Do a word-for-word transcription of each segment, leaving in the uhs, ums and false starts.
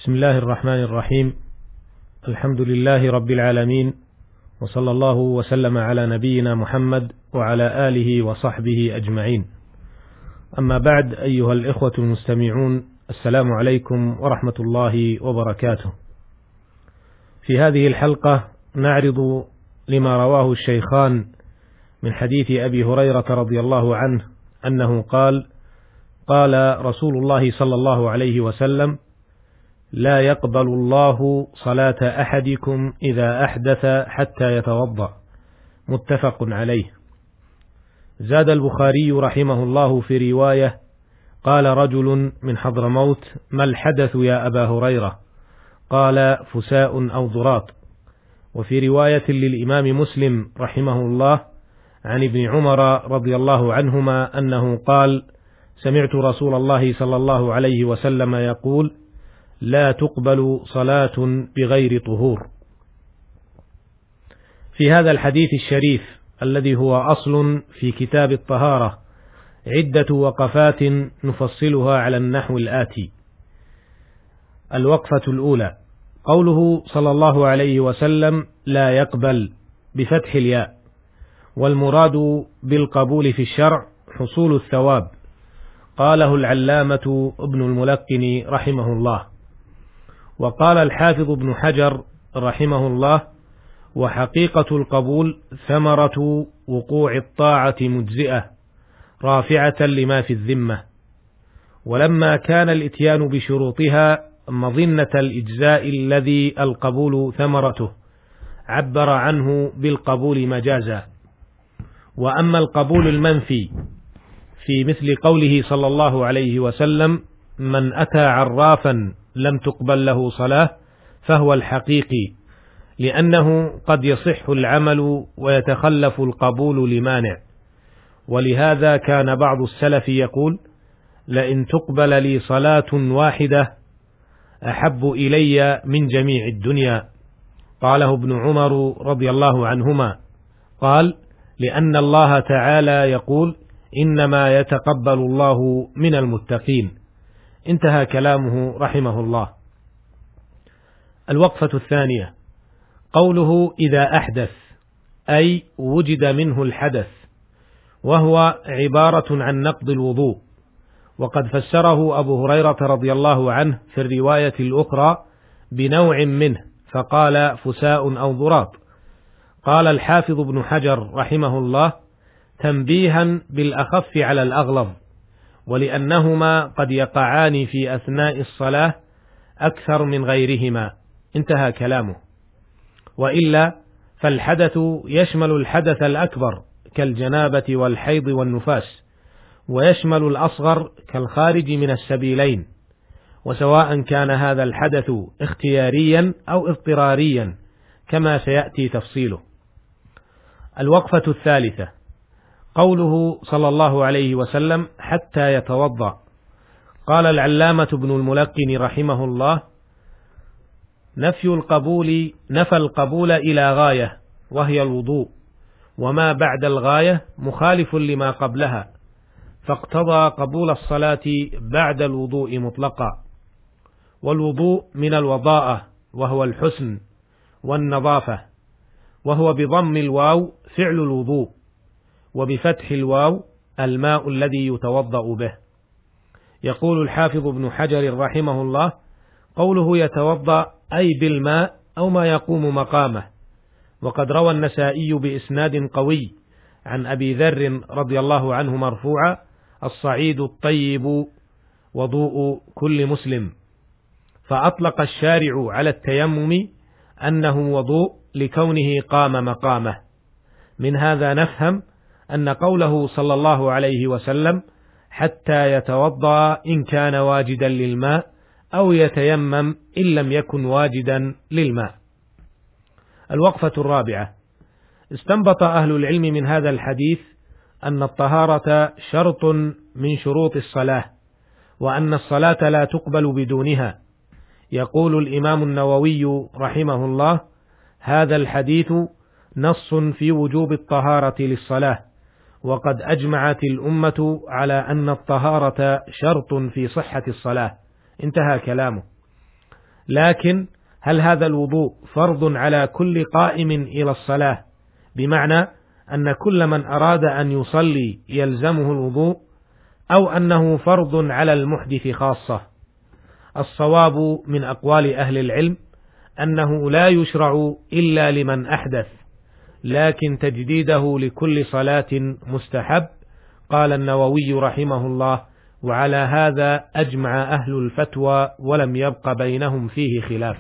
بسم الله الرحمن الرحيم. الحمد لله رب العالمين، وصلى الله وسلم على نبينا محمد وعلى آله وصحبه أجمعين. أما بعد، أيها الإخوة المستمعون، السلام عليكم ورحمة الله وبركاته. في هذه الحلقة نعرض لما رواه الشيخان من حديث أبي هريرة رضي الله عنه أنه قال: قال رسول الله صلى الله عليه وسلم: لا يقبل الله صلاة أحدكم إذا أحدث حتى يتوضأ. متفق عليه. زاد البخاري رحمه الله في رواية: قال رجل من حضرموت: ما الحدث يا أبا هريرة؟ قال: فساء أو ضراط. وفي رواية للإمام مسلم رحمه الله عن ابن عمر رضي الله عنهما أنه قال: سمعت رسول الله صلى الله عليه وسلم يقول: لا تقبل صلاة بغير طهور. في هذا الحديث الشريف الذي هو أصل في كتاب الطهارة عدة وقفات نفصلها على النحو الآتي. الوقفة الأولى: قوله صلى الله عليه وسلم لا يقبل بفتح الياء، والمراد بالقبول في الشرع حصول الثواب. قاله العلامة ابن الملقن رحمه الله. وقال الحافظ ابن حجر رحمه الله: وحقيقة القبول ثمرة وقوع الطاعة مجزئة رافعة لما في الذمة، ولما كان الإتيان بشروطها مظنة الإجزاء الذي القبول ثمرته عبر عنه بالقبول مجازا. وأما القبول المنفي في مثل قوله صلى الله عليه وسلم: من أتى عرافا لم تقبل له صلاة، فهو الحقيقي، لأنه قد يصح العمل ويتخلف القبول لمانع. ولهذا كان بعض السلف يقول: لئن تقبل لي صلاة واحدة أحب إلي من جميع الدنيا. قاله ابن عمر رضي الله عنهما، قال: لأن الله تعالى يقول: إنما يتقبل الله من المتقين. انتهى كلامه رحمه الله. الوقفة الثانية: قوله إذا أحدث، أي وجد منه الحدث، وهو عبارة عن نقض الوضوء. وقد فسره أبو هريرة رضي الله عنه في الرواية الأخرى بنوع منه، فقال: فساء أو ضراط. قال الحافظ ابن حجر رحمه الله: تنبيها بالأخف على الأغلظ، ولأنهما قد يقعان في أثناء الصلاة أكثر من غيرهما. انتهى كلامه. وإلا فالحدث يشمل الحدث الأكبر كالجنابة والحيض والنفاس، ويشمل الأصغر كالخارج من السبيلين، وسواء كان هذا الحدث اختياريا أو اضطراريا كما سيأتي تفصيله. الوقفة الثالثة: قوله صلى الله عليه وسلم حتى يتوضأ. قال العلامة ابن الملقن رحمه الله: نفي القبول نفى القبول إلى غاية، وهي الوضوء، وما بعد الغاية مخالف لما قبلها، فاقتضى قبول الصلاة بعد الوضوء مطلقا. والوضوء من الوضاءة، وهو الحسن والنظافة، وهو بضم الواو فعل الوضوء، وبفتح الواو الماء الذي يتوضأ به. يقول الحافظ ابن حجر رحمه الله: قوله يتوضأ أي بالماء أو ما يقوم مقامه. وقد روى النسائي بإسناد قوي عن أبي ذر رضي الله عنه مرفوعا: الصعيد الطيب وضوء كل مسلم. فأطلق الشارع على التيمم أنه وضوء لكونه قام مقامه. من هذا نفهم أن قوله صلى الله عليه وسلم حتى يتوضأ إن كان واجدا للماء، أو يتيمم إن لم يكن واجدا للماء. الوقفة الرابعة: استنبط أهل العلم من هذا الحديث أن الطهارة شرط من شروط الصلاة، وأن الصلاة لا تقبل بدونها. يقول الإمام النووي رحمه الله: هذا الحديث نص في وجوب الطهارة للصلاة، وقد أجمعت الأمة على أن الطهارة شرط في صحة الصلاة. انتهى كلامه. لكن هل هذا الوضوء فرض على كل قائم إلى الصلاة، بمعنى أن كل من أراد أن يصلي يلزمه الوضوء، أو أنه فرض على المحدث خاصة؟ الصواب من أقوال أهل العلم أنه لا يشرع إلا لمن أحدث، لكن تجديده لكل صلاة مستحب. قال النووي رحمه الله: وعلى هذا أجمع أهل الفتوى ولم يبق بينهم فيه خلاف.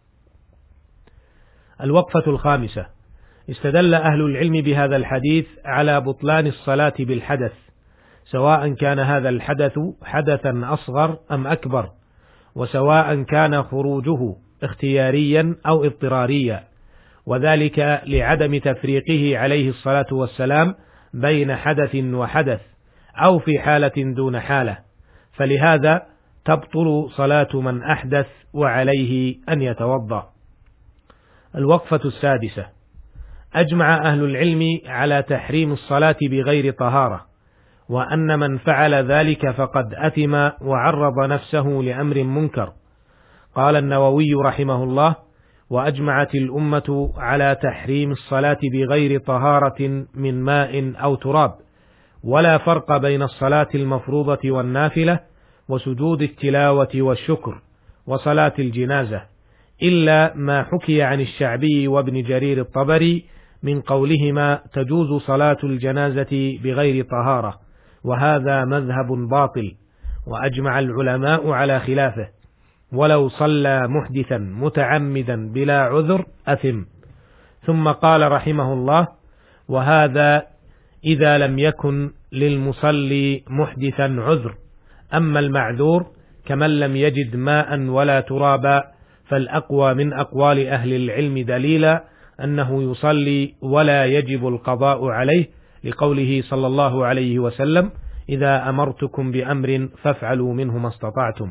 الوقفة الخامسة: استدل أهل العلم بهذا الحديث على بطلان الصلاة بالحدث، سواء كان هذا الحدث حدثا أصغر أم أكبر، وسواء كان خروجه اختياريا أو اضطراريا، وذلك لعدم تفريقه عليه الصلاة والسلام بين حدث وحدث، أو في حالة دون حالة، فلهذا تبطل صلاة من أحدث وعليه أن يتوضأ. الوقفة السادسة: أجمع أهل العلم على تحريم الصلاة بغير طهارة، وأن من فعل ذلك فقد أثم وعرض نفسه لأمر منكر. قال النووي رحمه الله: وأجمعت الأمة على تحريم الصلاة بغير طهارة من ماء أو تراب، ولا فرق بين الصلاة المفروضة والنافلة وسجود التلاوة والشكر وصلاة الجنازة، إلا ما حكي عن الشعبي وابن جرير الطبري من قولهما تجوز صلاة الجنازة بغير طهارة، وهذا مذهب باطل، وأجمع العلماء على خلافه، ولو صلى محدثا متعمدا بلا عذر أثم. ثم قال رحمه الله: وهذا إذا لم يكن للمصلي محدثا عذر، أما المعذور كمن لم يجد ماء ولا ترابا فالأقوى من أقوال أهل العلم دليلا أنه يصلي ولا يجب القضاء عليه، لقوله صلى الله عليه وسلم: إذا أمرتكم بأمر فافعلوا منه ما استطعتم.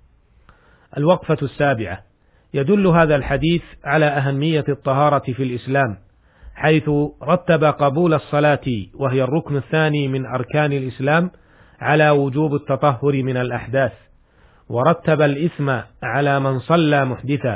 الوقفة السابعة: يدل هذا الحديث على أهمية الطهارة في الإسلام، حيث رتب قبول الصلاة وهي الركن الثاني من أركان الإسلام على وجوب التطهر من الأحداث، ورتب الإثم على من صلى محدثا.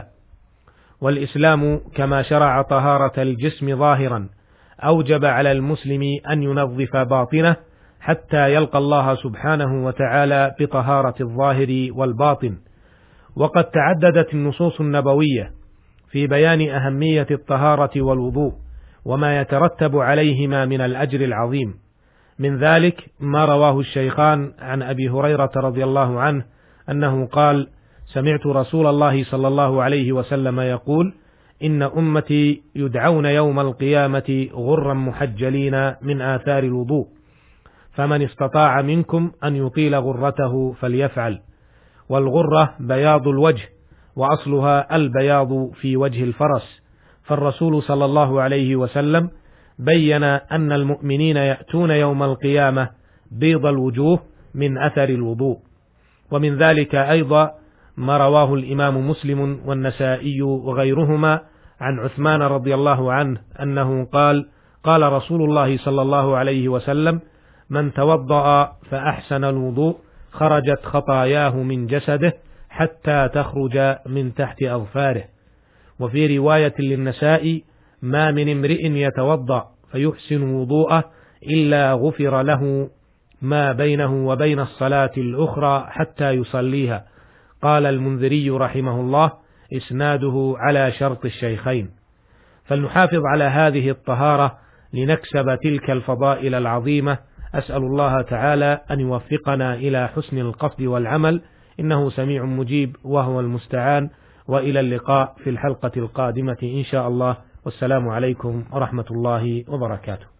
والإسلام كما شرع طهارة الجسم ظاهرا أوجب على المسلم أن ينظف باطنه حتى يلقى الله سبحانه وتعالى بطهارة الظاهر والباطن. وقد تعددت النصوص النبوية في بيان أهمية الطهارة والوضوء وما يترتب عليهما من الأجر العظيم. من ذلك ما رواه الشيخان عن أبي هريرة رضي الله عنه أنه قال: سمعت رسول الله صلى الله عليه وسلم يقول: إن أمتي يدعون يوم القيامة غرا محجلين من آثار الوضوء، فمن استطاع منكم أن يطيل غرته فليفعل. والغرة بياض الوجه، وأصلها البياض في وجه الفرس، فالرسول صلى الله عليه وسلم بين أن المؤمنين يأتون يوم القيامة بيض الوجوه من أثر الوضوء. ومن ذلك أيضا ما رواه الإمام مسلم والنسائي وغيرهما عن عثمان رضي الله عنه أنه قال: قال رسول الله صلى الله عليه وسلم: من توضأ فأحسن الوضوء خرجت خطاياه من جسده حتى تخرج من تحت أظفاره. وفي رواية للنسائي: ما من امرئ يتوضأ فيحسن وضوءه إلا غفر له ما بينه وبين الصلاة الأخرى حتى يصليها. قال المنذري رحمه الله: إسناده على شرط الشيخين. فلنحافظ على هذه الطهارة لنكسب تلك الفضائل العظيمة. أسأل الله تعالى أن يوفقنا إلى حسن القصد والعمل، إنه سميع مجيب وهو المستعان. وإلى اللقاء في الحلقة القادمة إن شاء الله، والسلام عليكم ورحمة الله وبركاته.